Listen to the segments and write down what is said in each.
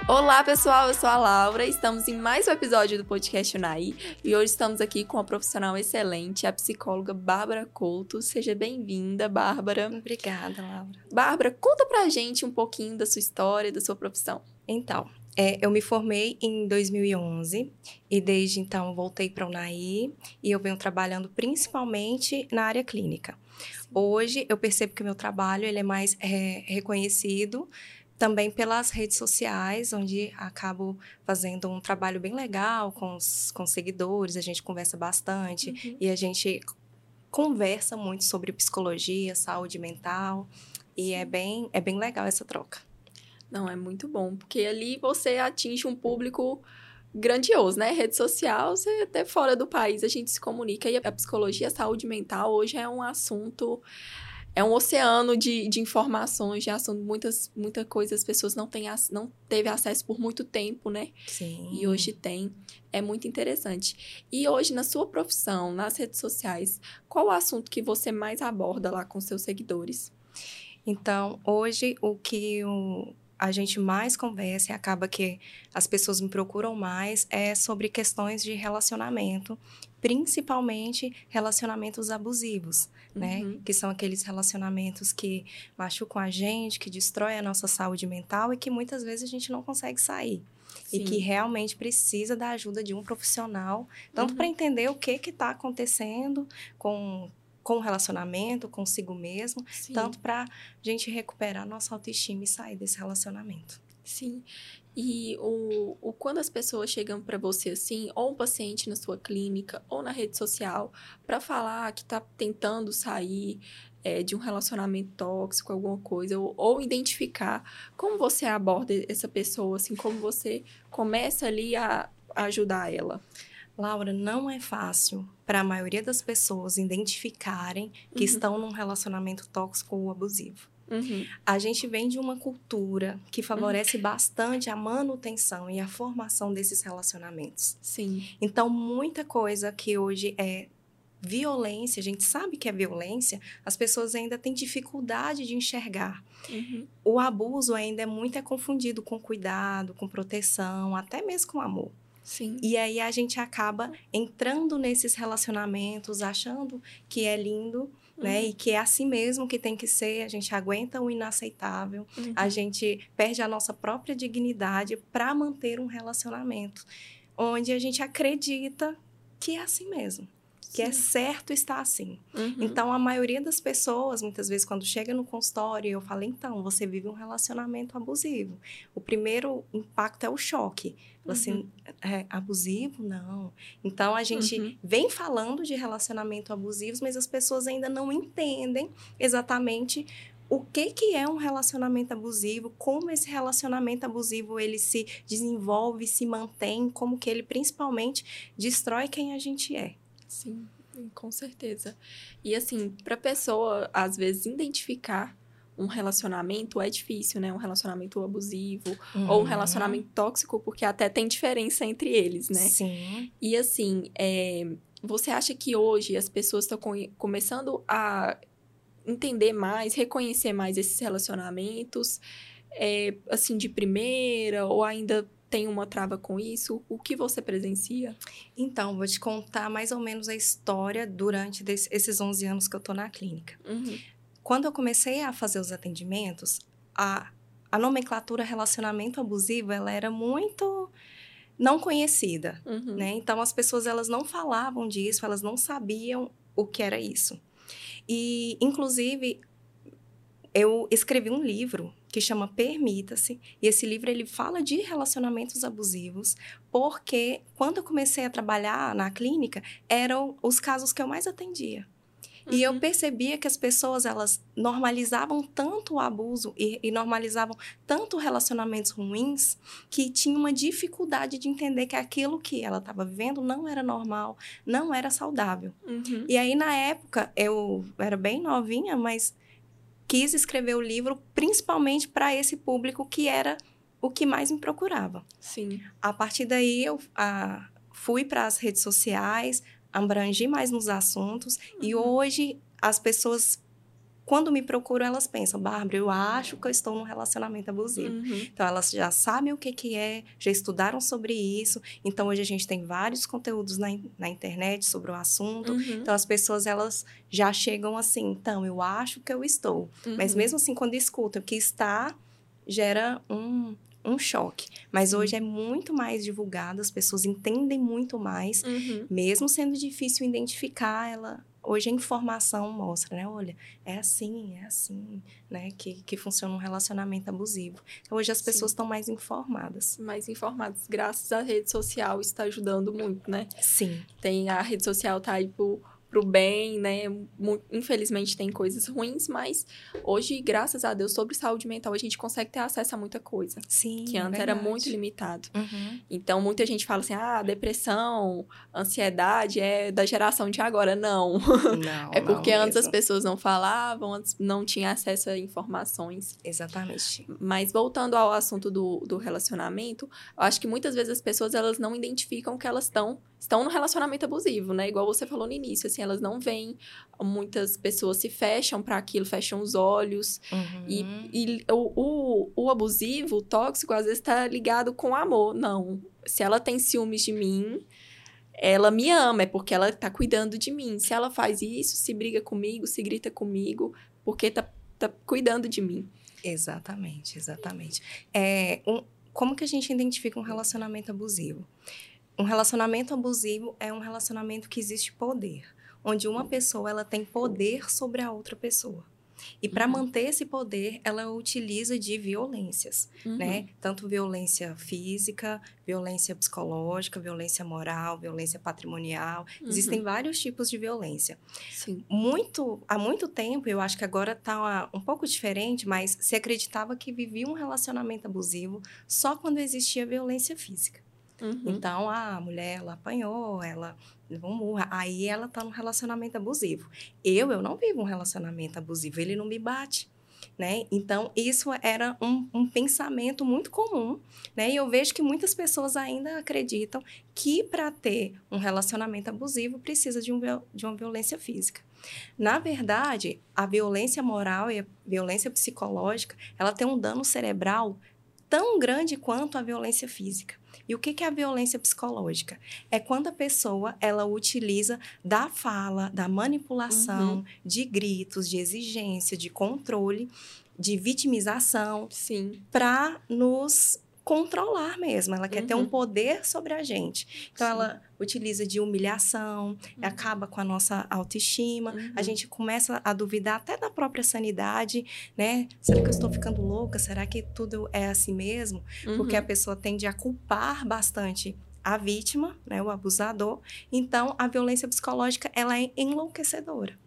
Olá, pessoal, eu sou a Laura, estamos em mais um episódio do podcast Unai e hoje estamos aqui com uma profissional excelente, a psicóloga Bárbara Couto. Seja bem-vinda, Bárbara. Obrigada, Laura. Bárbara, conta pra gente um pouquinho da sua história e da sua profissão. Então, eu me formei em 2011 e desde então voltei para a Unai e eu venho trabalhando principalmente na área clínica. Sim. Hoje eu percebo que o meu trabalho ele é mais reconhecido também pelas redes sociais, onde acabo fazendo um trabalho bem legal com os seguidores, a gente conversa bastante e a gente conversa muito sobre psicologia, saúde mental e é bem legal essa troca. Não, é muito bom, porque ali você atinge um público grandioso, né? Rede social, você até fora do país a gente se comunica e a psicologia, a saúde mental hoje é um assunto... É um oceano de informações, de assunto, muita coisa as pessoas não teve acesso por muito tempo, né? Sim. E hoje tem. É muito interessante. E hoje, na sua profissão, nas redes sociais, qual o assunto que você mais aborda lá com seus seguidores? Então, hoje, o que a gente mais conversa e acaba que as pessoas me procuram mais é sobre questões de relacionamento, principalmente relacionamentos abusivos, né? Que são aqueles relacionamentos que machucam a gente, que destroem a nossa saúde mental e que muitas vezes a gente não consegue sair. Sim. E que realmente precisa da ajuda de um profissional, tanto para entender o que está acontecendo com o relacionamento, consigo mesmo, sim, tanto para a gente recuperar nossa autoestima e sair desse relacionamento. Sim. E quando as pessoas chegam para você assim, ou um paciente na sua clínica, ou na rede social, para falar que está tentando sair de um relacionamento tóxico, alguma coisa, ou identificar, como você aborda essa pessoa, assim, como você começa ali a ajudar ela? Laura, não é fácil para a maioria das pessoas identificarem que estão num relacionamento tóxico ou abusivo. A gente vem de uma cultura que favorece bastante a manutenção e a formação desses relacionamentos. Sim. Então, muita coisa que hoje é violência, a gente sabe que é violência, as pessoas ainda têm dificuldade de enxergar. O abuso ainda é muito confundido com cuidado, com proteção, até mesmo com amor. Sim. E aí a gente acaba entrando nesses relacionamentos, achando que é lindo, né? E que é assim mesmo que tem que ser. A gente aguenta o inaceitável, a gente perde a nossa própria dignidade para manter um relacionamento, onde a gente acredita que é assim mesmo. Que é certo estar assim. Então, a maioria das pessoas, muitas vezes, quando chega no consultório, eu falo, então, você vive um relacionamento abusivo. O primeiro impacto é o choque. Assim, abusivo? Não. Então, a gente vem falando de relacionamento abusivo, mas as pessoas ainda não entendem exatamente o que é um relacionamento abusivo, como esse relacionamento abusivo ele se desenvolve, se mantém, como que ele principalmente destrói quem a gente é. Sim, com certeza. E assim, para pessoa, às vezes, identificar um relacionamento é difícil, né? Um relacionamento abusivo ou um relacionamento tóxico, porque até tem diferença entre eles, né? Sim. E assim, você acha que hoje as pessoas estão começando a entender mais, reconhecer mais esses relacionamentos, assim, de primeira, ou ainda tem uma trava com isso? O que você presencia? Então, vou te contar mais ou menos a história durante esses 11 anos que eu tô na clínica. Quando eu comecei a fazer os atendimentos, a nomenclatura relacionamento abusivo, ela era muito não conhecida, né? Então, as pessoas, elas não falavam disso, elas não sabiam o que era isso. E, inclusive, eu escrevi um livro que chama Permita-se, e esse livro ele fala de relacionamentos abusivos, porque quando eu comecei a trabalhar na clínica, eram os casos que eu mais atendia. E eu percebia que as pessoas, elas normalizavam tanto o abuso e normalizavam tanto relacionamentos ruins, que tinha uma dificuldade de entender que aquilo que ela estava vivendo não era normal, não era saudável. E aí, na época, eu era bem novinha, mas quis escrever o livro principalmente para esse público que era o que mais me procurava. Sim. A partir daí, eu fui para as redes sociais, abrangi mais nos assuntos e hoje as pessoas quando me procuram, elas pensam, Bárbara, eu acho que eu estou num relacionamento abusivo. Então, elas já sabem o que é, já estudaram sobre isso. Então, hoje a gente tem vários conteúdos na internet sobre o assunto. Então, as pessoas, elas já chegam assim, então, eu acho que eu estou. Mas mesmo assim, quando escutam que está, gera um choque. Mas hoje é muito mais divulgado, as pessoas entendem muito mais, mesmo sendo difícil identificar ela. Hoje a informação mostra, né? Olha, é assim, né? Que funciona um relacionamento abusivo. Então, hoje as pessoas estão mais informadas. Mais informadas. Graças à rede social, está ajudando muito, né? Sim. A rede social tá aí pro bem, né? Infelizmente tem coisas ruins, mas hoje, graças a Deus, sobre saúde mental, a gente consegue ter acesso a muita coisa. Sim, que antes era muito limitado. Uhum. Então, muita gente fala assim, depressão, ansiedade é da geração de agora. Não. Não, é porque não antes mesmo. as pessoas não falavam, antes não tinha acesso a informações. Exatamente. Mas voltando ao assunto do relacionamento, eu acho que muitas vezes as pessoas, elas não identificam que elas estão no relacionamento abusivo, né? Igual você falou no início, assim, elas não veem, muitas pessoas se fecham para aquilo, fecham os olhos. E o abusivo, o tóxico, às vezes está ligado com o amor. Não, se ela tem ciúmes de mim, ela me ama, é porque ela tá cuidando de mim. Se ela faz isso, se briga comigo, se grita comigo, porque tá cuidando de mim. Exatamente. Como que a gente identifica um relacionamento abusivo? Um relacionamento abusivo é um relacionamento que existe poder, onde uma pessoa ela tem poder sobre a outra pessoa. E para manter esse poder, ela utiliza de violências, né? Tanto violência física, violência psicológica, violência moral, violência patrimonial. Existem vários tipos de violência. Sim. Há muito tempo, eu acho que agora está um pouco diferente, mas se acreditava que vivia um relacionamento abusivo só quando existia violência física. Então, a mulher, ela apanhou, ela levou um murro, aí ela tá num relacionamento abusivo. Eu não vivo um relacionamento abusivo, ele não me bate, né? Então, isso era um pensamento muito comum, né? E eu vejo que muitas pessoas ainda acreditam que para ter um relacionamento abusivo precisa de uma violência física. Na verdade, a violência moral e a violência psicológica, ela tem um dano cerebral tão grande quanto a violência física. E o que é a violência psicológica? É quando a pessoa, ela utiliza da fala, da manipulação, de gritos, de exigência, de controle, de vitimização, para nos controlar mesmo. Ela quer ter um poder sobre a gente. Então, ela utiliza de humilhação, acaba com a nossa autoestima. A gente começa a duvidar até da própria sanidade, né? Será que eu estou ficando louca? Será que tudo é assim mesmo? Porque a pessoa tende a culpar bastante a vítima, né? O abusador. Então, a violência psicológica, ela é enlouquecedora.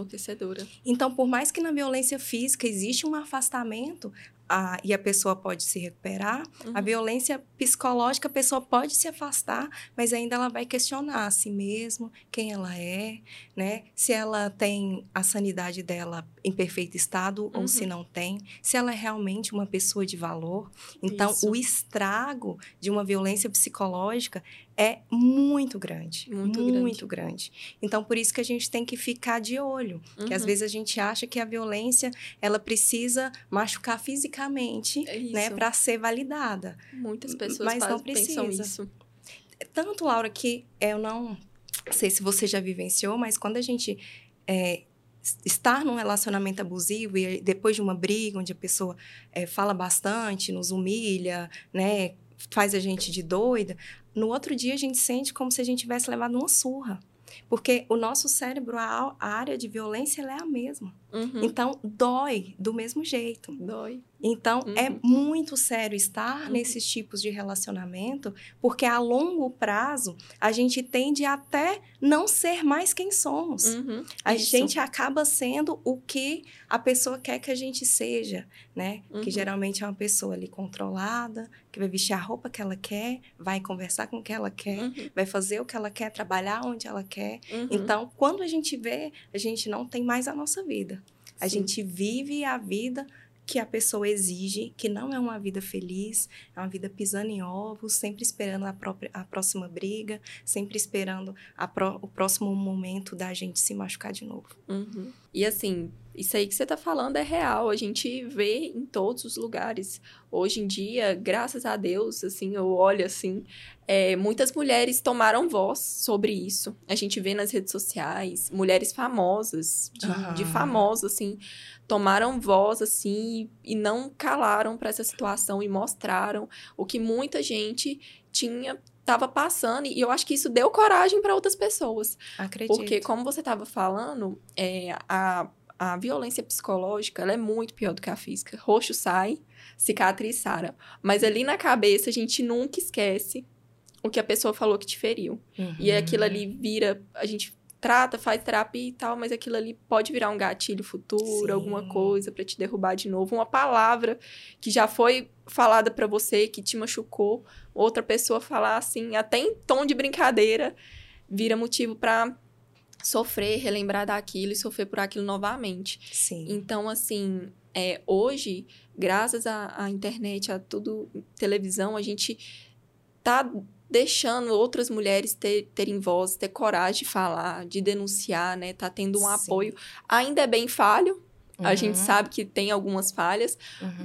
Então, por mais que na violência física existe um afastamento e a pessoa pode se recuperar, a violência psicológica, a pessoa pode se afastar, mas ainda ela vai questionar a si mesma, quem ela é, né? Se ela tem a sanidade dela em perfeito estado ou se não tem, se ela é realmente uma pessoa de valor. Então, o estrago de uma violência psicológica é muito grande. Muito grande. Então, por isso que a gente tem que ficar de olho. Que às vezes a gente acha que a violência, ela precisa machucar fisicamente, né? Para ser validada. Muitas pessoas pensam isso. Tanto, Laura, que eu não sei se você já vivenciou, mas quando a gente estar num relacionamento abusivo e depois de uma briga onde a pessoa fala bastante, nos humilha, né? Faz a gente de doida, no outro dia a gente sente como se a gente tivesse levado uma surra. Porque o nosso cérebro, a área de violência, ela é a mesma. Então, dói do mesmo jeito. Então, é muito sério estar nesses tipos de relacionamento, porque a longo prazo, a gente tende a até não ser mais quem somos. A gente acaba sendo o que a pessoa quer que a gente seja, né? Que geralmente é uma pessoa ali controlada, que vai vestir a roupa que ela quer, vai conversar com o que ela quer, vai fazer o que ela quer, trabalhar onde ela quer. Então, quando a gente vê, a gente não tem mais a nossa vida. A gente vive a vida que a pessoa exige, que não é uma vida feliz, é uma vida pisando em ovos, sempre esperando a próxima briga, sempre esperando o próximo momento da gente se machucar de novo. E assim, isso aí que você tá falando é real, a gente vê em todos os lugares. Hoje em dia, graças a Deus, assim, eu olho assim, muitas mulheres tomaram voz sobre isso. A gente vê nas redes sociais, mulheres famosas, de famosos, assim, tomaram voz, assim, e não calaram para essa situação e mostraram o que muita gente estava passando, e eu acho que isso deu coragem para outras pessoas. Acredito. Porque, como você estava falando, a violência psicológica, ela é muito pior do que a física. Roxo sai, cicatriz sara. Mas ali na cabeça, a gente nunca esquece o que a pessoa falou que te feriu. E aquilo ali vira... A gente trata, faz terapia e tal, mas aquilo ali pode virar um gatilho futuro, Sim. alguma coisa pra te derrubar de novo. Uma palavra que já foi falada pra você, que te machucou. Outra pessoa falar assim, até em tom de brincadeira, vira motivo pra sofrer, relembrar daquilo e sofrer por aquilo novamente. Sim. Então, assim, hoje, graças à internet, a tudo, televisão, a gente tá deixando outras mulheres terem voz, ter coragem de falar, de denunciar, né? Tá tendo um apoio. Ainda é bem falho, a gente sabe que tem algumas falhas,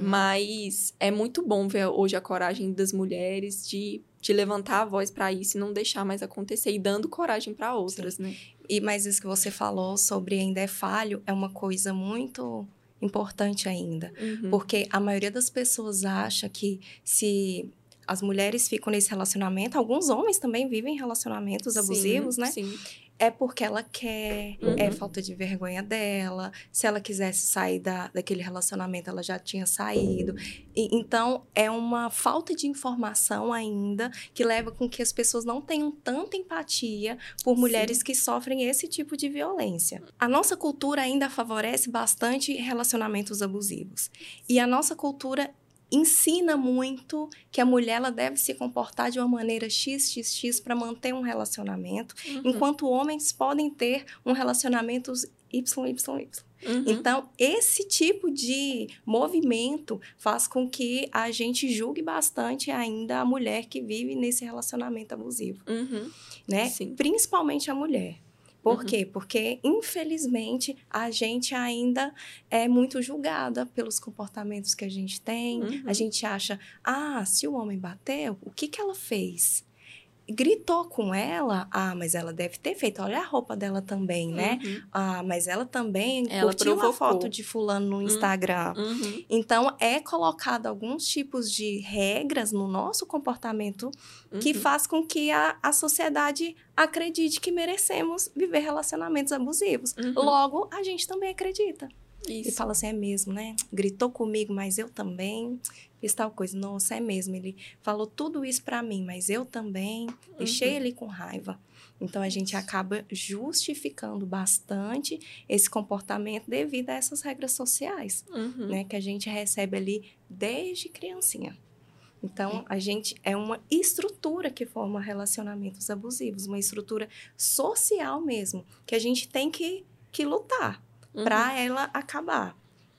mas é muito bom ver hoje a coragem das mulheres de levantar a voz para isso e não deixar mais acontecer, e dando coragem para outras, Sim. né? Mas isso que você falou sobre ainda é falho é uma coisa muito importante ainda. Porque a maioria das pessoas acha que se as mulheres ficam nesse relacionamento, alguns homens também vivem relacionamentos abusivos, né? Sim. É porque ela quer, é falta de vergonha dela. Se ela quisesse sair daquele relacionamento, ela já tinha saído. Então, é uma falta de informação ainda que leva com que as pessoas não tenham tanta empatia por mulheres que sofrem esse tipo de violência. A nossa cultura ainda favorece bastante relacionamentos abusivos. E a nossa cultura ensina muito que a mulher ela deve se comportar de uma maneira XXX para manter um relacionamento, enquanto homens podem ter um relacionamento YYY. Então, esse tipo de movimento faz com que a gente julgue bastante ainda a mulher que vive nesse relacionamento abusivo, né? Sim. Principalmente a mulher. Por quê? Porque, infelizmente, a gente ainda é muito julgada pelos comportamentos que a gente tem. A gente acha, se o homem bateu, o que ela fez? Gritou com ela, mas ela deve ter feito, olha a roupa dela também, né? Mas ela também curtiu a foto de fulano no Instagram. Então, é colocado alguns tipos de regras no nosso comportamento que faz com que a sociedade acredite que merecemos viver relacionamentos abusivos. Logo, a gente também acredita. Isso. E fala assim, é mesmo, né? Gritou comigo, mas eu também fiz tal coisa. Nossa, é mesmo. Ele falou tudo isso pra mim, mas eu também deixei ele com raiva. Então, a gente acaba justificando bastante esse comportamento devido a essas regras sociais, né? Que a gente recebe ali desde criancinha. Então, a gente é uma estrutura que forma relacionamentos abusivos, uma estrutura social mesmo, que a gente tem que lutar para ela acabar.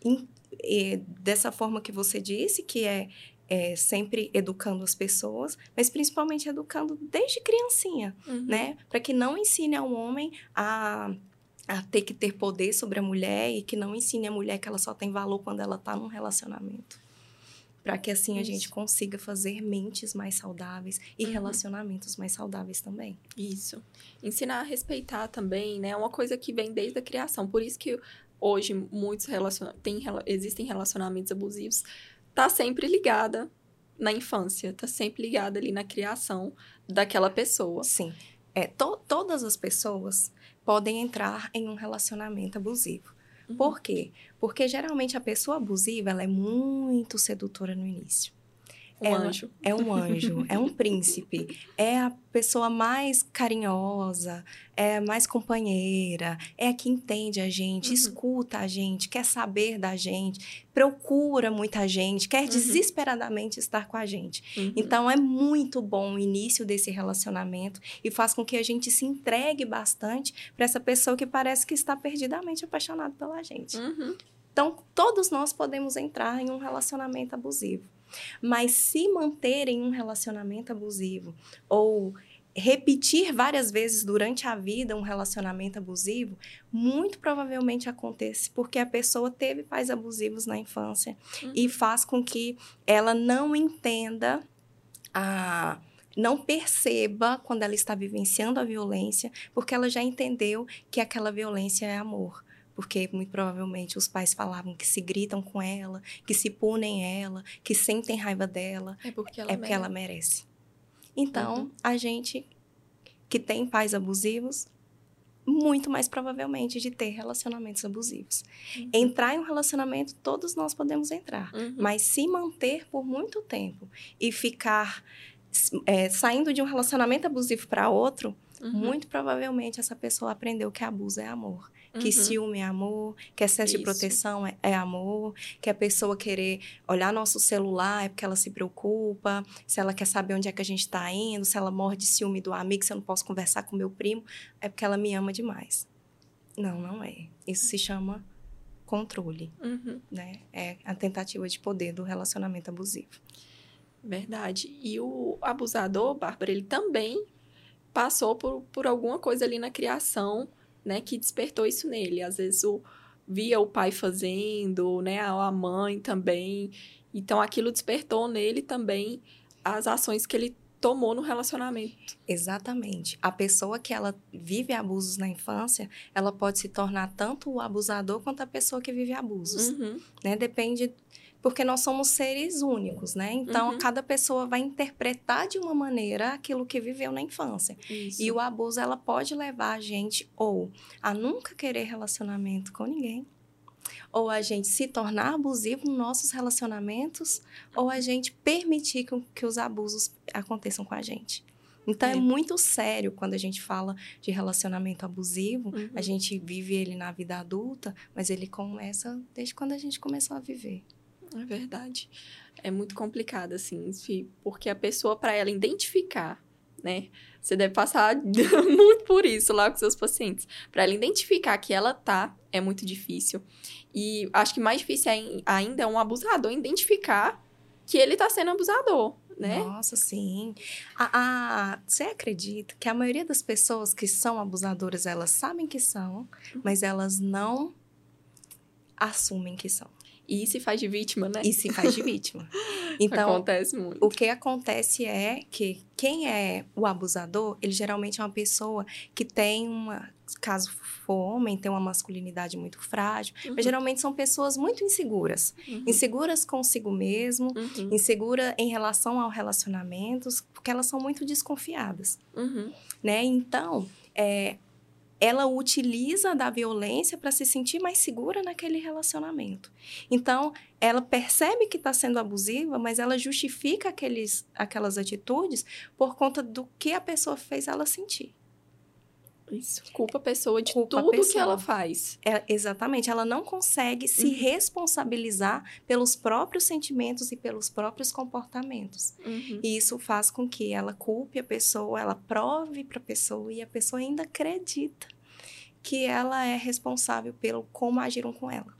Dessa forma que você disse, que é sempre educando as pessoas, mas principalmente educando desde criancinha, né? Para que não ensine ao homem a ter que ter poder sobre a mulher e que não ensine a mulher que ela só tem valor quando ela está num relacionamento. Para que assim a gente consiga fazer mentes mais saudáveis e relacionamentos mais saudáveis também. Isso. Ensinar a respeitar também, né? É uma coisa que vem desde a criação. Por isso que hoje muitos existem relacionamentos abusivos. Tá sempre ligada na infância, tá sempre ligada ali na criação daquela pessoa. Sim. Todas as pessoas podem entrar em um relacionamento abusivo. Por quê? Porque geralmente a pessoa abusiva ela é muito sedutora no início. Anjo. É um anjo, é um príncipe, é a pessoa mais carinhosa, é mais companheira, é a que entende a gente, escuta a gente, quer saber da gente, procura muita gente, quer desesperadamente estar com a gente. Então, é muito bom o início desse relacionamento e faz com que a gente se entregue bastante para essa pessoa que parece que está perdidamente apaixonada pela gente. Então, todos nós podemos entrar em um relacionamento abusivo. Mas se manter em um relacionamento abusivo ou repetir várias vezes durante a vida um relacionamento abusivo, muito provavelmente acontece porque a pessoa teve pais abusivos na infância e faz com que ela não entenda, não perceba quando ela está vivenciando a violência, porque ela já entendeu que aquela violência é amor. Porque, muito provavelmente, os pais falavam que se gritam com ela, que se punem ela, que sentem raiva dela. É porque ela merece. Então, a gente que tem pais abusivos, muito mais provavelmente de ter relacionamentos abusivos. Entrar em um relacionamento, todos nós podemos entrar. Mas se manter por muito tempo e ficar saindo de um relacionamento abusivo para outro, muito provavelmente essa pessoa aprendeu que abuso é amor. Que ciúme é amor, que excesso de proteção é amor, que a pessoa querer olhar nosso celular é porque ela se preocupa, se ela quer saber onde é que a gente está indo, se ela morre de ciúme do amigo, se eu não posso conversar com meu primo, é porque ela me ama demais. Não, não é. Isso se chama controle, né? É a tentativa de poder do relacionamento abusivo. Verdade. E o abusador, Bárbara, ele também passou por alguma coisa ali na criação, né, que despertou isso nele. Às vezes via o pai fazendo, né, a mãe também. Então, aquilo despertou nele também as ações que ele tomou no relacionamento. Exatamente. A pessoa que ela vive abusos na infância, ela pode se tornar tanto o abusador quanto a pessoa que vive abusos. Né? Depende... Porque nós somos seres únicos, né? Então, cada pessoa vai interpretar de uma maneira aquilo que viveu na infância. Isso. E o abuso, ela pode levar a gente ou a nunca querer relacionamento com ninguém, ou a gente se tornar abusivo nos nossos relacionamentos, ou a gente permitir que os abusos aconteçam com a gente. Então, é muito sério quando a gente fala de relacionamento abusivo. A gente vive ele na vida adulta, mas ele começa desde quando a gente começou a viver. É verdade. É muito complicado, assim, porque a pessoa, para ela identificar, né? Você deve passar muito por isso lá com seus pacientes. Para ela identificar que ela é muito difícil. E acho que mais difícil ainda é um abusador identificar que ele tá sendo abusador, né? Nossa, sim. Você acredita que a maioria das pessoas que são abusadoras, elas sabem que são, mas elas não assumem que são. E se faz de vítima, né? E se faz de vítima. Então, acontece muito. O que acontece é que quem é o abusador, ele geralmente é uma pessoa que tem caso for homem, tem uma masculinidade muito frágil, mas geralmente são pessoas muito inseguras. Inseguras consigo mesmo, insegura em relação aos relacionamentos, porque elas são muito desconfiadas. Né? Então, ela utiliza da violência para se sentir mais segura naquele relacionamento. Então, ela percebe que está sendo abusiva, mas ela justifica aquelas atitudes por conta do que a pessoa fez ela sentir. Isso. Culpa a pessoa de tudo que ela faz. Exatamente. Ela não consegue se responsabilizar pelos próprios sentimentos e pelos próprios comportamentos. E isso faz com que ela culpe a pessoa, ela prove para a pessoa e a pessoa ainda acredita que ela é responsável pelo como agiram com ela.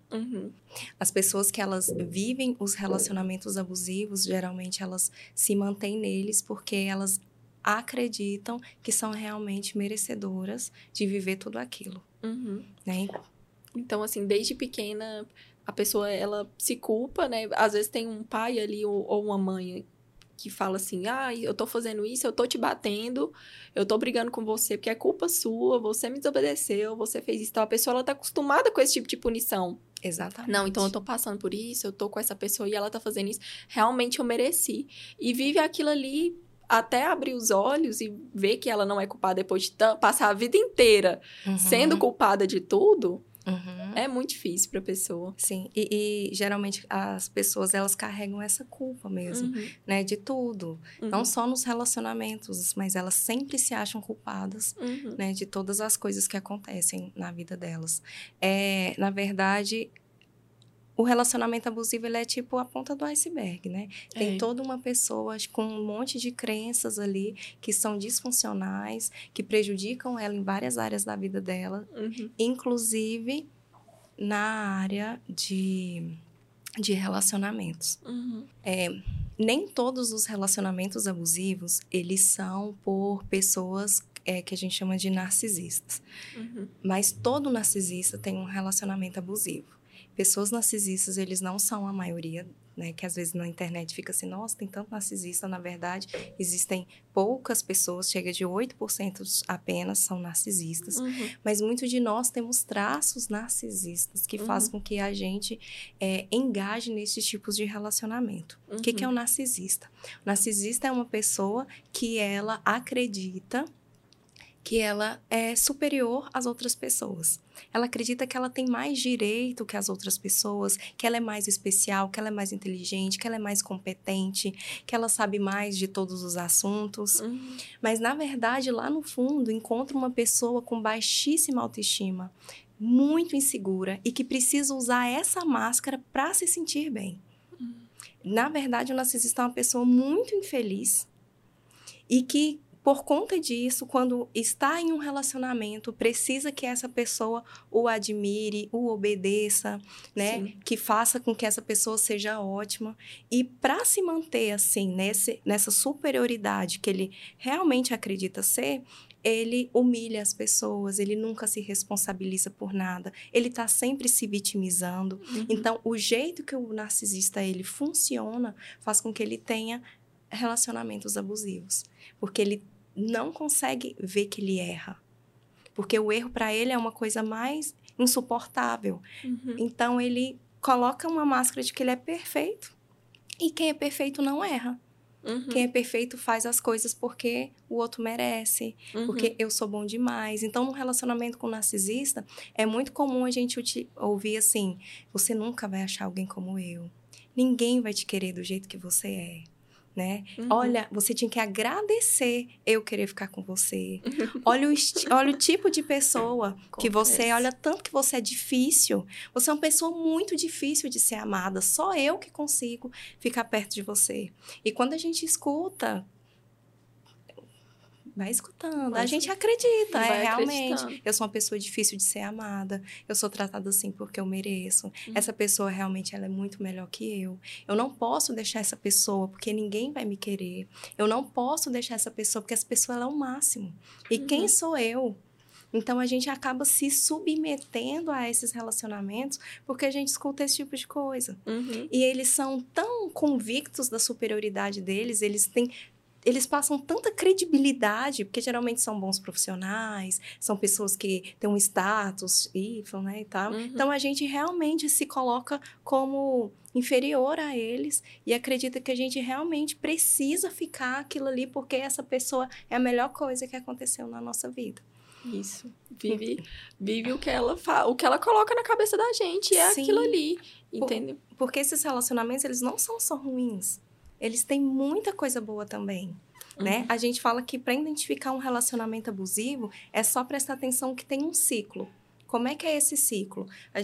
As pessoas que elas vivem os relacionamentos abusivos, geralmente elas se mantêm neles porque elas acreditam que são realmente merecedoras de viver tudo aquilo. Né? Então, assim, desde pequena, a pessoa, ela se culpa, né? Às vezes tem um pai ali ou uma mãe que fala assim, eu tô fazendo isso, eu tô te batendo, eu tô brigando com você porque é culpa sua, você me desobedeceu, você fez isso. Então, a pessoa, ela tá acostumada com esse tipo de punição. Exatamente. Não, então eu tô passando por isso, eu tô com essa pessoa e ela tá fazendo isso. Realmente eu mereci. E vive aquilo ali até abrir os olhos e ver que ela não é culpada depois de passar a vida inteira sendo culpada de tudo, é muito difícil para a pessoa. Sim, e geralmente as pessoas, elas carregam essa culpa mesmo, né, de tudo. Não só nos relacionamentos, mas elas sempre se acham culpadas, né, de todas as coisas que acontecem na vida delas. Na verdade, o relacionamento abusivo, ele é tipo a ponta do iceberg, né? Tem toda uma pessoa com um monte de crenças ali que são disfuncionais, que prejudicam ela em várias áreas da vida dela, inclusive na área de relacionamentos. Nem todos os relacionamentos abusivos, eles são por pessoas que a gente chama de narcisistas. Mas todo narcisista tem um relacionamento abusivo. Pessoas narcisistas, eles não são a maioria, né? Que às vezes na internet fica assim, nossa, tem tanto narcisista. Na verdade, existem poucas pessoas, chega de 8% apenas são narcisistas. Mas muitos de nós temos traços narcisistas que fazem com que a gente engaje nesses tipos de relacionamento. O que é o narcisista? O narcisista é uma pessoa que ela acredita que ela é superior às outras pessoas. Ela acredita que ela tem mais direito que as outras pessoas, que ela é mais especial, que ela é mais inteligente, que ela é mais competente, que ela sabe mais de todos os assuntos. Mas, na verdade, lá no fundo, encontra uma pessoa com baixíssima autoestima, muito insegura e que precisa usar essa máscara para se sentir bem. Na verdade, o narcisista é uma pessoa muito infeliz e que, por conta disso, quando está em um relacionamento, precisa que essa pessoa o admire, o obedeça, né? Sim. Que faça com que essa pessoa seja ótima. E para se manter assim, nessa superioridade que ele realmente acredita ser, ele humilha as pessoas, ele nunca se responsabiliza por nada, ele está sempre se vitimizando. Então, o jeito que o narcisista ele funciona faz com que ele tenha relacionamentos abusivos, porque ele não consegue ver que ele erra. Porque o erro, para ele, é uma coisa mais insuportável. Então, ele coloca uma máscara de que ele é perfeito. E quem é perfeito não erra. Quem é perfeito faz as coisas porque o outro merece. Porque eu sou bom demais. Então, no relacionamento com o narcisista, é muito comum a gente ouvir assim, você nunca vai achar alguém como eu. Ninguém vai te querer do jeito que você é. Né? Olha, você tinha que agradecer eu querer ficar com você. Olha o tipo de pessoa que você... Olha tanto que você é difícil. Você é uma pessoa muito difícil de ser amada. Só eu que consigo ficar perto de você. E quando a gente escuta... Vai escutando. A gente acredita, realmente. Eu sou uma pessoa difícil de ser amada. Eu sou tratada assim porque eu mereço. Essa pessoa realmente ela é muito melhor que eu. Eu não posso deixar essa pessoa porque ninguém vai me querer. Eu não posso deixar essa pessoa porque essa pessoa ela é o máximo. E quem sou eu? Então, a gente acaba se submetendo a esses relacionamentos porque a gente escuta esse tipo de coisa. E eles são tão convictos da superioridade deles, eles passam tanta credibilidade, porque geralmente são bons profissionais, são pessoas que têm um status, né, e tal. Então, a gente realmente se coloca como inferior a eles e acredita que a gente realmente precisa ficar aquilo ali porque essa pessoa é a melhor coisa que aconteceu na nossa vida. Isso. Vive o que ela coloca na cabeça da gente, é Sim. aquilo ali, entendeu? Porque esses relacionamentos, eles não são só ruins. Eles têm muita coisa boa também, né? A gente fala que para identificar um relacionamento abusivo, é só prestar atenção que tem um ciclo. Como é que é esse ciclo?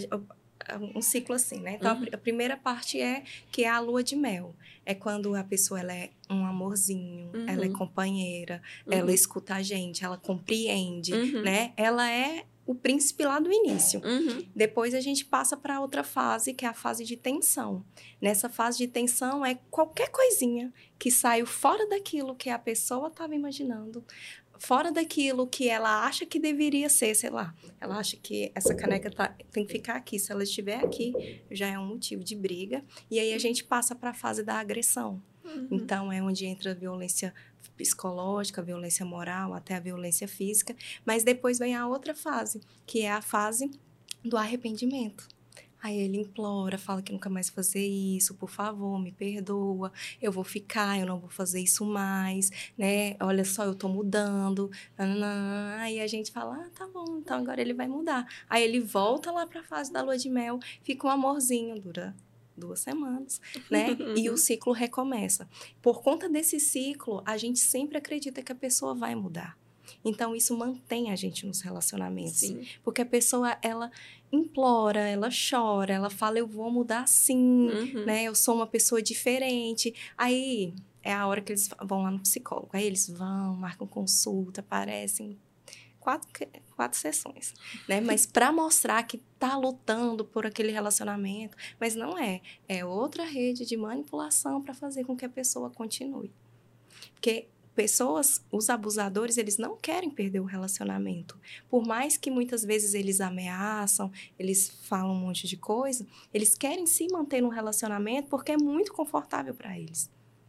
Um ciclo assim, né? Então, a primeira parte que é a lua de mel. É quando a pessoa ela é um amorzinho, ela é companheira, ela escuta a gente, ela compreende, né? Ela é o príncipe lá do início. Depois a gente passa para outra fase, que é a fase de tensão. Nessa fase de tensão é qualquer coisinha que saiu fora daquilo que a pessoa estava imaginando, fora daquilo que ela acha que deveria ser, sei lá. Ela acha que essa caneca tem que ficar aqui. Se ela estiver aqui, já é um motivo de briga. E aí a gente passa para a fase da agressão. Então, é onde entra a violência psicológica, a violência moral, até a violência física. Mas depois vem a outra fase, que é a fase do arrependimento. Aí ele implora, fala que nunca mais vai fazer isso, por favor, me perdoa, eu vou ficar, eu não vou fazer isso mais, né? Olha só, eu tô mudando. Aí a gente fala, tá bom, então agora ele vai mudar. Aí ele volta lá pra fase da lua de mel, fica um amorzinho, dura 2 semanas, né? E o ciclo recomeça. Por conta desse ciclo, a gente sempre acredita que a pessoa vai mudar. Então, isso mantém a gente nos relacionamentos. Sim. Porque a pessoa, ela implora, ela chora, ela fala, eu vou mudar sim, né? Eu sou uma pessoa diferente. Aí, é a hora que eles vão lá no psicólogo. Aí, eles vão, marcam consulta, aparecem quatro sessões, né? Mas para mostrar que tá lutando por aquele relacionamento, mas não é. É outra rede de manipulação para fazer com que a pessoa continue. Porque os abusadores, eles não querem perder o relacionamento. Por mais que muitas vezes eles ameaçam, eles falam um monte de coisa, eles querem se manter no relacionamento porque é muito confortável para eles,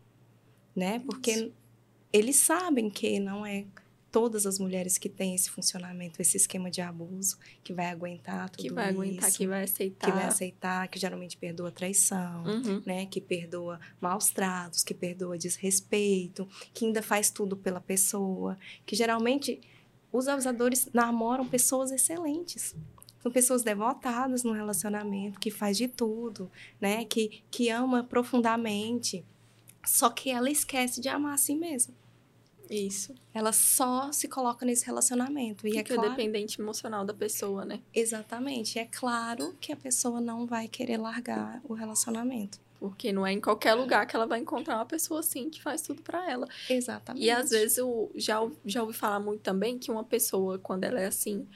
né? Porque eles sabem que não é todas as mulheres que têm esse funcionamento, esse esquema de abuso, que vai aguentar tudo isso. Que vai aguentar, que vai aceitar. Que vai aceitar, que geralmente perdoa traição, né? Que perdoa maus tratos, que perdoa desrespeito, que ainda faz tudo pela pessoa. Que geralmente os abusadores namoram pessoas excelentes. São pessoas devotadas no relacionamento, que faz de tudo, né? Que ama profundamente. Só que ela esquece de amar a si mesma. Isso. Ela só se coloca nesse relacionamento. E fica dependente emocional da pessoa, né? Exatamente. É claro que a pessoa não vai querer largar o relacionamento. Porque não é em qualquer lugar que ela vai encontrar uma pessoa assim que faz tudo pra ela. Exatamente. E às vezes eu já ouvi falar muito também que uma pessoa, quando ela é assim,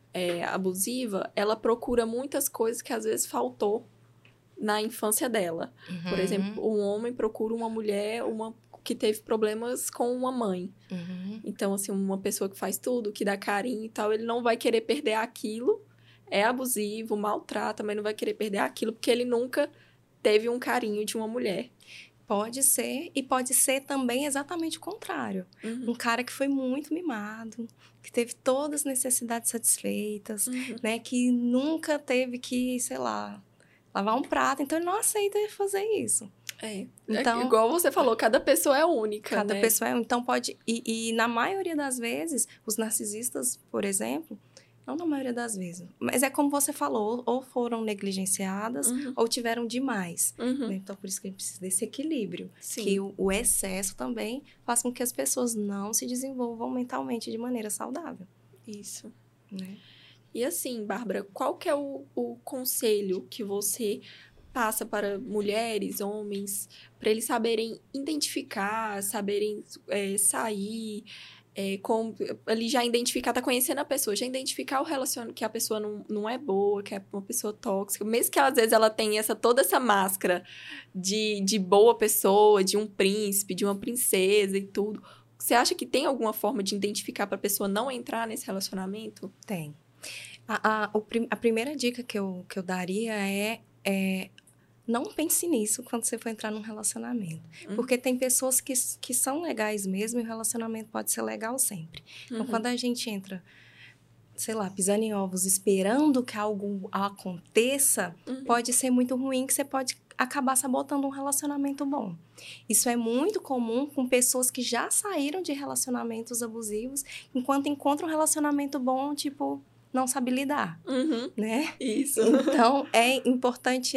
abusiva, ela procura muitas coisas que às vezes faltou na infância dela. Por exemplo, um homem procura uma mulher, que teve problemas com uma mãe. Então, assim, uma pessoa que faz tudo, que dá carinho e tal, ele não vai querer perder aquilo, é abusivo, maltrata, mas não vai querer perder aquilo, porque ele nunca teve um carinho de uma mulher. Pode ser, e pode ser também exatamente o contrário. Um cara que foi muito mimado, que teve todas as necessidades satisfeitas, né? Que nunca teve que, sei lá, lavar um prato. Então, ele não aceita fazer isso. Então, igual você falou, cada pessoa é única, cada pessoa é única. Então, pode... E na maioria das vezes, os narcisistas, por exemplo... Não na maioria das vezes. Mas é como você falou, ou foram negligenciadas, ou tiveram demais. Né? Então, por isso que a gente precisa desse equilíbrio. Sim. Que o excesso também faz com que as pessoas não se desenvolvam mentalmente de maneira saudável. Isso. Né? E assim, Bárbara, qual que é o conselho que você passa para mulheres, homens, para eles saberem identificar, saberem sair... ali já identificar, tá conhecendo a pessoa, já identificar o relacionamento, que a pessoa não é boa, que é uma pessoa tóxica, mesmo que às vezes ela tenha toda essa máscara de boa pessoa, de um príncipe, de uma princesa e tudo. Você acha que tem alguma forma de identificar para a pessoa não entrar nesse relacionamento? Tem. A primeira dica que eu daria é não pense nisso quando você for entrar num relacionamento. Porque tem pessoas que são legais mesmo e o relacionamento pode ser legal sempre. Então, quando a gente entra, sei lá, pisando em ovos, esperando que algo aconteça, pode ser muito ruim, que você pode acabar sabotando um relacionamento bom. Isso é muito comum com pessoas que já saíram de relacionamentos abusivos, enquanto encontram um relacionamento bom, tipo, não sabe lidar, né? Isso. Então, importante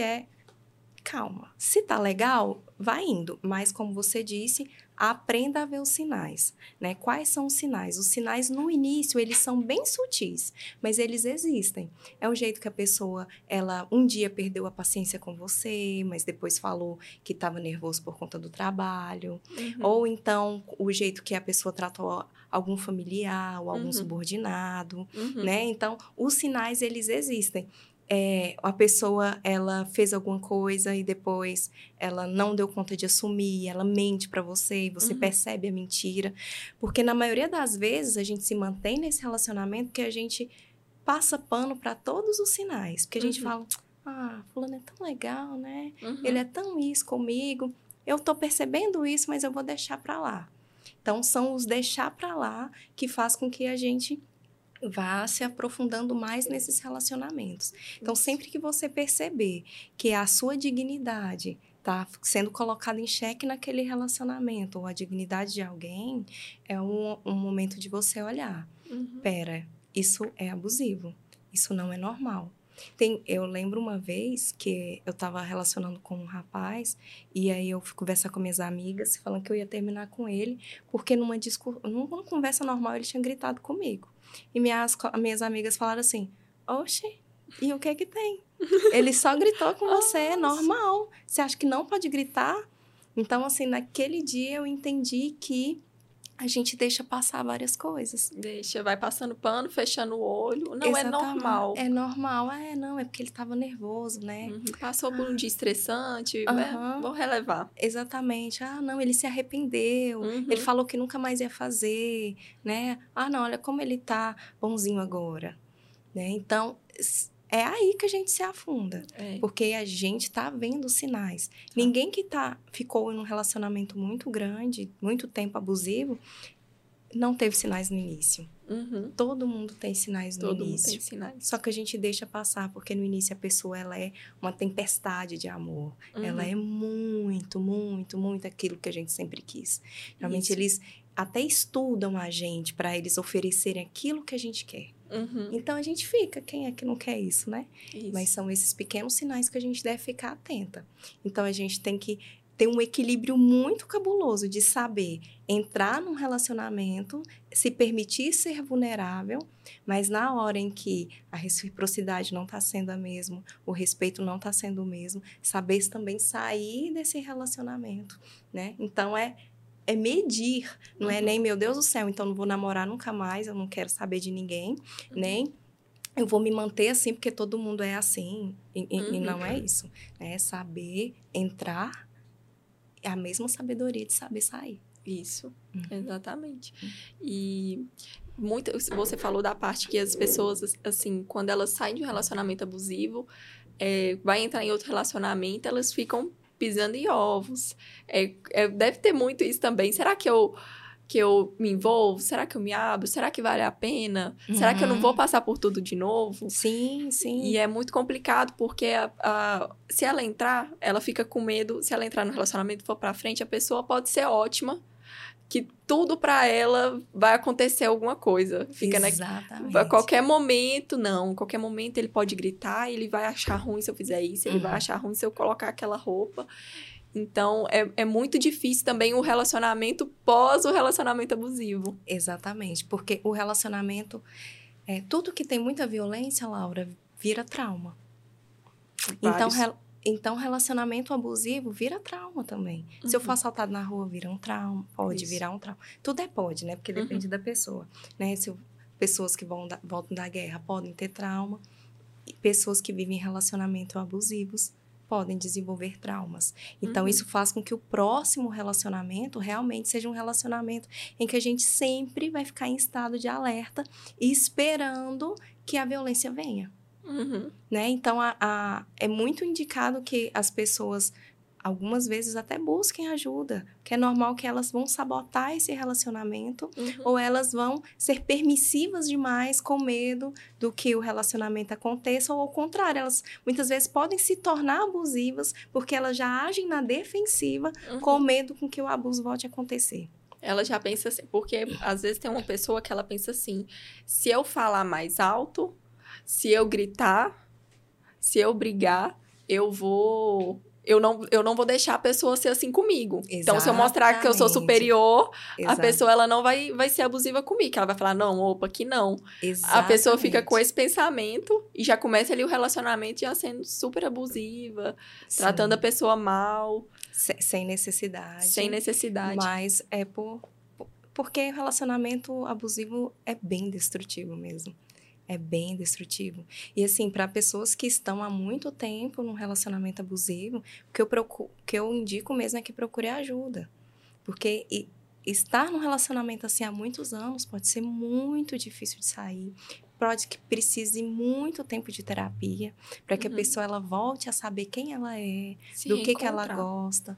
calma. Se tá legal, vai indo. Mas, como você disse, aprenda a ver os sinais, né? Quais são os sinais? Os sinais, no início, eles são bem sutis, mas eles existem. É o jeito que a pessoa, ela um dia perdeu a paciência com você, mas depois falou que estava nervoso por conta do trabalho. Ou, então, o jeito que a pessoa tratou algum familiar ou algum subordinado, né? Então, os sinais, eles existem. A pessoa, ela fez alguma coisa e depois ela não deu conta de assumir, ela mente para você e você percebe a mentira. Porque na maioria das vezes a gente se mantém nesse relacionamento que a gente passa pano para todos os sinais. Porque a gente fala, fulano é tão legal, né? Ele é tão isso comigo. Eu tô percebendo isso, mas eu vou deixar para lá. Então, são os deixar para lá que faz com que a gente vá se aprofundando mais nesses relacionamentos. Então, sempre que você perceber que a sua dignidade está sendo colocada em xeque naquele relacionamento, ou a dignidade de alguém, é um momento de você olhar. Pera, isso é abusivo. Isso não é normal. Eu lembro uma vez que eu estava relacionando com um rapaz e aí eu fui conversar com minhas amigas falando que eu ia terminar com ele porque numa conversa normal ele tinha gritado comigo. E minhas amigas falaram assim, oxe, e o que é que tem? Ele só gritou com você, é normal. Você acha que não pode gritar? Então, assim, naquele dia eu entendi que a gente deixa passar várias coisas. Vai passando pano, fechando o olho. Não, exatamente. É normal. É normal. Não, é porque ele estava nervoso, né? Passou por um dia estressante, vou relevar. Exatamente. Não, ele se arrependeu. Ele falou que nunca mais ia fazer, né? Não, olha como ele tá bonzinho agora, né? Então, é aí que a gente se afunda. Porque a gente tá vendo sinais. Ninguém que ficou em um relacionamento muito grande, muito tempo abusivo, não teve sinais no início. Todo mundo tem sinais no início. Todo mundo tem sinais. Só que a gente deixa passar, porque no início a pessoa ela é uma tempestade de amor. Ela é muito, muito, muito aquilo que a gente sempre quis. Realmente eles até estudam a gente para eles oferecerem aquilo que a gente quer. Então a gente fica, quem é que não quer isso, né? Mas são esses pequenos sinais que a gente deve ficar atenta. Então a gente tem que ter um equilíbrio muito cabuloso de saber entrar num relacionamento, se permitir ser vulnerável, mas na hora em que a reciprocidade não está sendo a mesma, o respeito não está sendo o mesmo, saber também sair desse relacionamento, né? Então, é medir, não é nem, meu Deus do céu, então não vou namorar nunca mais, eu não quero saber de ninguém, nem eu vou me manter assim porque todo mundo é assim, e não é isso. É saber entrar, é a mesma sabedoria de saber sair. Isso, exatamente. E você falou da parte que as pessoas, assim, quando elas saem de um relacionamento abusivo, vai entrar em outro relacionamento, elas ficam pisando em ovos. Deve ter muito isso também. Será que eu me envolvo? Será que eu me abro? Será que vale a pena? Será que eu não vou passar por tudo de novo? Sim, sim. E é muito complicado, porque se ela entrar, ela fica com medo. Se ela entrar no relacionamento e for pra frente, a pessoa pode ser ótima, que tudo pra ela vai acontecer alguma coisa. Fica, exatamente. A qualquer momento, a qualquer momento ele pode gritar, ele vai achar ruim se eu fizer isso, ele vai achar ruim se eu colocar aquela roupa. Então, é muito difícil também o relacionamento pós o relacionamento abusivo. Exatamente, porque o relacionamento... tudo que tem muita violência, Laura, vira trauma. Então, relacionamento abusivo vira trauma também. Se eu for assaltado na rua, vira um trauma. Pode virar um trauma. Tudo pode, né? Porque depende da pessoa. Né? Pessoas que voltam da guerra podem ter trauma. E pessoas que vivem em relacionamento abusivos podem desenvolver traumas. Então, isso faz com que o próximo relacionamento realmente seja um relacionamento em que a gente sempre vai ficar em estado de alerta e esperando que a violência venha. Né? Então, é muito indicado que as pessoas, algumas vezes, até busquem ajuda, que é normal que elas vão sabotar esse relacionamento ou elas vão ser permissivas demais com medo do que o relacionamento aconteça, ou ao contrário, elas muitas vezes podem se tornar abusivas porque elas já agem na defensiva com medo com que o abuso volte a acontecer. Ela já pensa assim, porque às vezes tem uma pessoa que ela pensa assim, se eu falar mais alto, se eu gritar, se eu brigar, eu não vou deixar a pessoa ser assim comigo. Exatamente. Então, se eu mostrar que eu sou superior, a pessoa ela não vai ser abusiva comigo. Ela vai falar, não, opa, aqui não. Exatamente. A pessoa fica com esse pensamento e já começa ali o relacionamento já sendo super abusiva, tratando a pessoa mal. Sem necessidade. Sem necessidade. Mas porque o relacionamento abusivo é bem destrutivo mesmo. É bem destrutivo. E, assim, para pessoas que estão há muito tempo num relacionamento abusivo, o que eu indico mesmo é que procure ajuda. Porque estar num relacionamento assim há muitos anos pode ser muito difícil de sair. Pode que precise muito tempo de terapia para que a pessoa ela volte a saber quem ela é, do que ela gosta.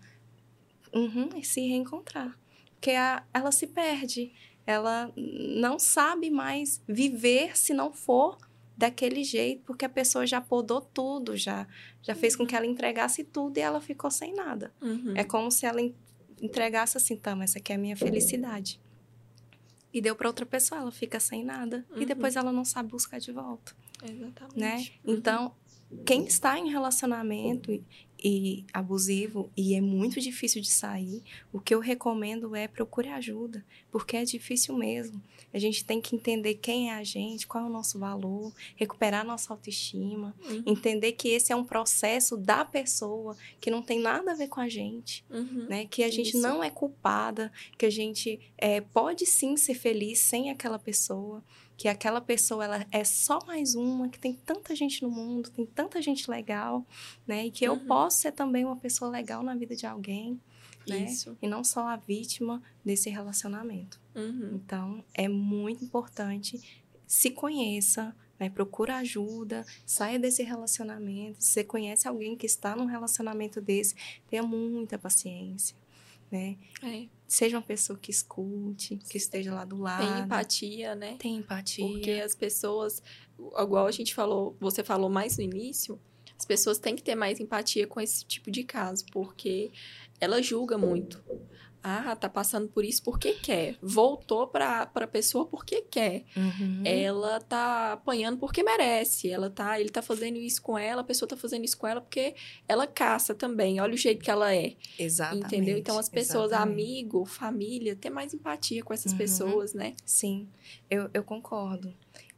E se reencontrar. Porque ela se perde. Ela não sabe mais viver se não for daquele jeito, porque a pessoa já podou tudo, já fez com que ela entregasse tudo e ela ficou sem nada. É como se ela entregasse assim, tá, mas essa aqui é a minha felicidade. E deu para outra pessoa, ela fica sem nada. E depois ela não sabe buscar de volta. Exatamente. Né? Então, quem está em relacionamento e abusivo e é muito difícil de sair, o que eu recomendo é procure ajuda, porque é difícil mesmo. A gente tem que entender quem é a gente, qual é o nosso valor, recuperar nossa autoestima, entender que esse é um processo da pessoa, que não tem nada a ver com a gente, né? Que a gente não é culpada, que a gente pode sim ser feliz sem aquela pessoa, que aquela pessoa ela é só mais uma, que tem tanta gente no mundo, tem tanta gente legal, né? E que eu posso ser também uma pessoa legal na vida de alguém, né? Isso. E não só a vítima desse relacionamento. Então, é muito importante, se conheça, né? Procura ajuda, saia desse relacionamento. Se você conhece alguém que está num relacionamento desse, tenha muita paciência, né? Seja uma pessoa que escute, que esteja lá do lado. Tem empatia, né? Tem empatia. Porque as pessoas, igual a gente falou, você falou mais no início, as pessoas têm que ter mais empatia com esse tipo de caso, porque ela julga muito. Ah, tá passando por isso porque quer. Voltou pra pessoa porque quer. Ela tá apanhando porque merece. Ele tá fazendo isso com ela, a pessoa tá fazendo isso com ela porque ela caça também. Olha o jeito que ela é. Exatamente. Entendeu? Então, as pessoas, amigo, família, ter mais empatia com essas pessoas, né? Sim, eu concordo.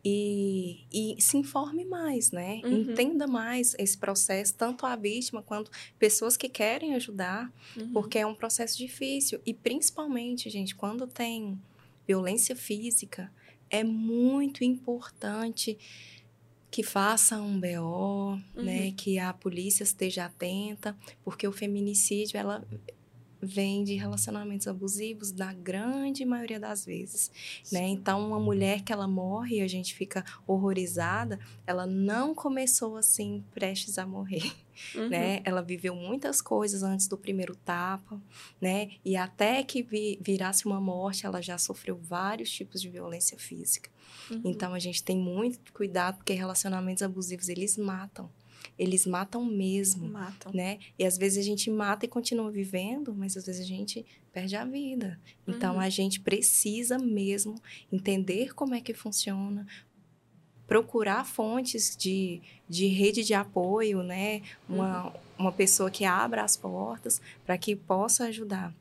E se informe mais, né? Entenda mais esse processo, tanto a vítima quanto pessoas que querem ajudar, porque é um processo difícil. E principalmente, gente, quando tem violência física, é muito importante que faça um BO, né? Que a polícia esteja atenta, porque o feminicídio, ela vem de relacionamentos abusivos na grande maioria das vezes, né? Então, uma mulher que ela morre e a gente fica horrorizada, ela não começou assim, prestes a morrer, né? Ela viveu muitas coisas antes do primeiro tapa, né? E até que virasse uma morte, ela já sofreu vários tipos de violência física. Então, a gente tem muito cuidado, porque relacionamentos abusivos, eles matam. Eles matam mesmo, né? E às vezes a gente mata e continua vivendo, mas às vezes a gente perde a vida. Então, a gente precisa mesmo entender como é que funciona, procurar fontes de rede de apoio, né? Uma pessoa que abra as portas para que possa ajudar.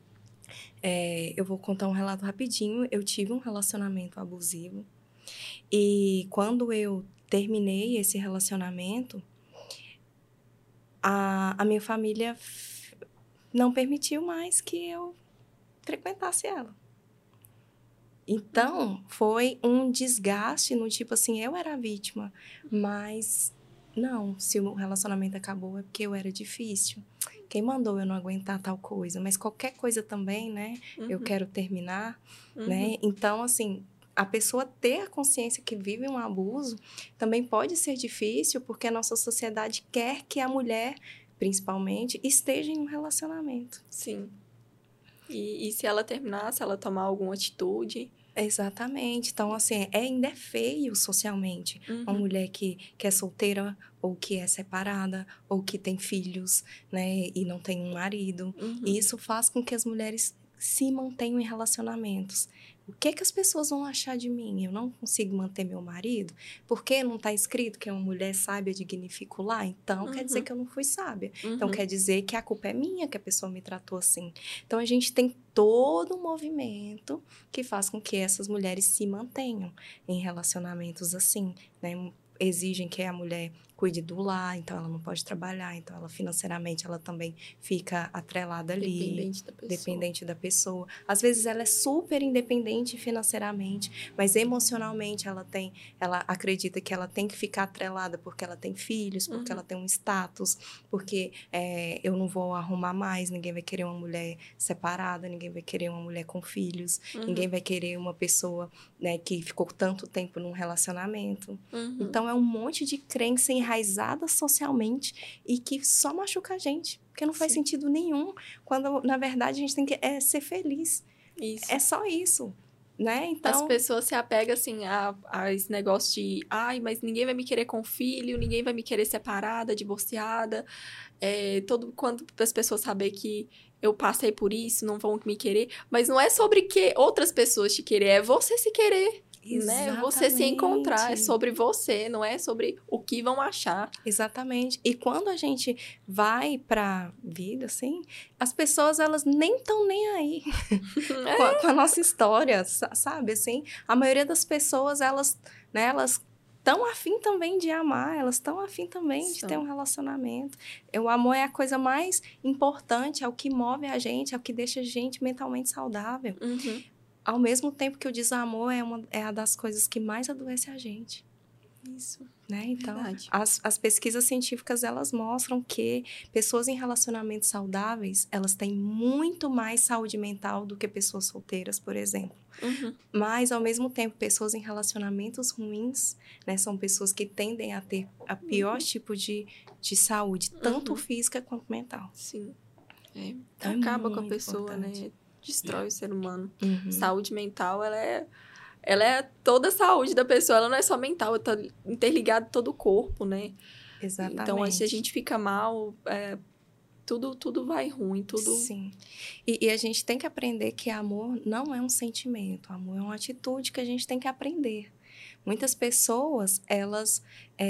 Eu vou contar um relato rapidinho. Eu tive um relacionamento abusivo e quando eu terminei esse relacionamento, a minha família não permitiu mais que eu frequentasse ela. Então, foi um desgaste no tipo assim, eu era a vítima, mas não, se o relacionamento acabou é porque eu era difícil. Quem mandou eu não aguentar tal coisa? Mas qualquer coisa também, né? Eu quero terminar, né? Então, assim, a pessoa ter a consciência que vive um abuso também pode ser difícil, porque a nossa sociedade quer que a mulher, principalmente, esteja em um relacionamento. Sim. E se ela terminar, se ela tomar alguma atitude... Exatamente. Então, assim, ainda é feio socialmente. Uma mulher que é solteira, ou que é separada, ou que tem filhos, né? E não tem um marido. E isso faz com que as mulheres se mantenham em relacionamentos. O que as pessoas vão achar de mim? Eu não consigo manter meu marido? Porque não está escrito que uma mulher sábia dignifica o lar? Então, quer dizer que eu não fui sábia. Então, quer dizer que a culpa é minha que a pessoa me tratou assim. Então, a gente tem todo um movimento que faz com que essas mulheres se mantenham em relacionamentos assim, né? Exigem que a mulher cuide do lar, então ela não pode trabalhar, então ela financeiramente ela também fica atrelada ali, dependente da pessoa. Às vezes ela é super independente financeiramente, mas emocionalmente ela acredita que ela tem que ficar atrelada porque ela tem filhos, porque ela tem um status, porque eu não vou arrumar mais, ninguém vai querer uma mulher separada, ninguém vai querer uma mulher com filhos, ninguém vai querer uma pessoa, né, que ficou tanto tempo num relacionamento. Então é um monte de crença enraizada socialmente e que só machuca a gente, porque não faz sentido nenhum, quando na verdade a gente tem que ser feliz. Isso. É só isso, né? Então, as pessoas se apegam assim a esse negócio de mas ninguém vai me querer com filho, ninguém vai me querer separada, divorciada, quando as pessoas saberem que eu passei por isso, não vão me querer, mas não é sobre que outras pessoas te querer, é você se querer. né? Você se encontrar, é sobre você, não é sobre o que vão achar. Exatamente. E quando a gente vai pra vida, assim, as pessoas, elas nem estão nem aí com a nossa história, sabe? Assim, a maioria das pessoas, elas estão afim também de amar, elas estão afim também de ter um relacionamento. O amor é a coisa mais importante, é o que move a gente, é o que deixa a gente mentalmente saudável. Uhum. Ao mesmo tempo que o desamor é a das coisas que mais adoece a gente. Isso. Né? Então, as pesquisas científicas, elas mostram que pessoas em relacionamentos saudáveis, elas têm muito mais saúde mental do que pessoas solteiras, por exemplo. Uhum. Mas, ao mesmo tempo, pessoas em relacionamentos ruins, né, são pessoas que tendem a ter a pior tipo de saúde, tanto física quanto mental. Sim. Acaba com a pessoa, importante. Né? Destrói o ser humano. Saúde mental, ela é toda a saúde da pessoa, ela não é só mental, ela tá interligada a todo o corpo, né? Exatamente. Então, se a gente fica mal, tudo vai ruim, tudo... Sim. E a gente tem que aprender que amor não é um sentimento, amor é uma atitude que a gente tem que aprender. Muitas pessoas, elas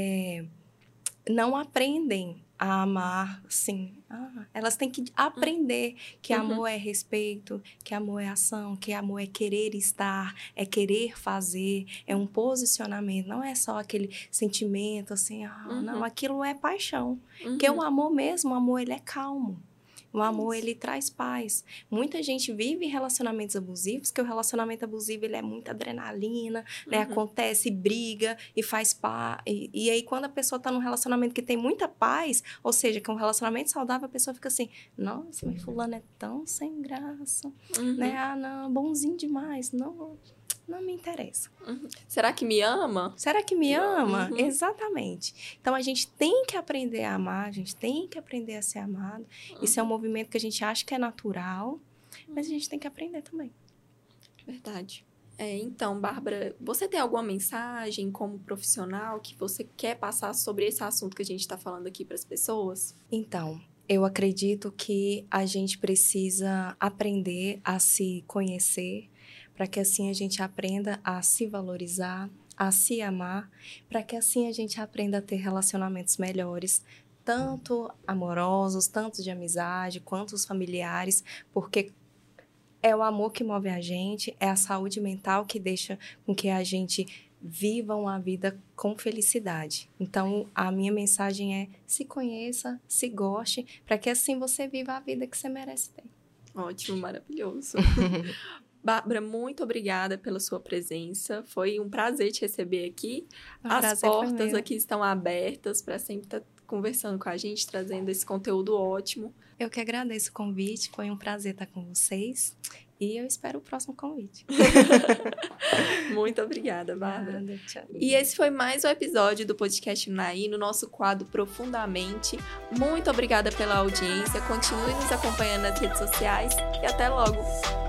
não aprendem a amar, assim. Elas têm que aprender que amor é respeito, que amor é ação, que amor é querer estar, é querer fazer, é um posicionamento. Não é só aquele sentimento, assim, não, aquilo é paixão. Porque o amor mesmo, o amor, ele é calmo. O amor, ele traz paz. Muita gente vive em relacionamentos abusivos, que o relacionamento abusivo, ele é muita adrenalina, né? Acontece, briga e faz paz. E aí, quando a pessoa tá num relacionamento que tem muita paz, ou seja, que é um relacionamento saudável, a pessoa fica assim, nossa, mas fulano é tão sem graça, né? Não, bonzinho demais. Não me interessa. Será que me ama? Será que me ama? Exatamente. Então, a gente tem que aprender a amar, a gente tem que aprender a ser amado. Isso é um movimento que a gente acha que é natural, mas a gente tem que aprender também. Verdade. Então, Bárbara, você tem alguma mensagem como profissional que você quer passar sobre esse assunto que a gente está falando aqui para as pessoas? Então, eu acredito que a gente precisa aprender a se conhecer, para que assim a gente aprenda a se valorizar, a se amar, para que assim a gente aprenda a ter relacionamentos melhores, tanto amorosos, tanto de amizade, quanto os familiares, porque é o amor que move a gente, é a saúde mental que deixa com que a gente viva uma vida com felicidade. Então, a minha mensagem é: se conheça, se goste, para que assim você viva a vida que você merece ter. Ótimo, maravilhoso. Bárbara, muito obrigada pela sua presença. Foi um prazer te receber aqui. As portas aqui estão abertas para sempre estar conversando com a gente, trazendo esse conteúdo ótimo. Eu que agradeço o convite. Foi um prazer estar com vocês. E eu espero o próximo convite. Muito obrigada, Bárbara. Nada, tchau. E esse foi mais um episódio do podcast Unaí, no nosso quadro Profundamente. Muito obrigada pela audiência. Continue nos acompanhando nas redes sociais e até logo!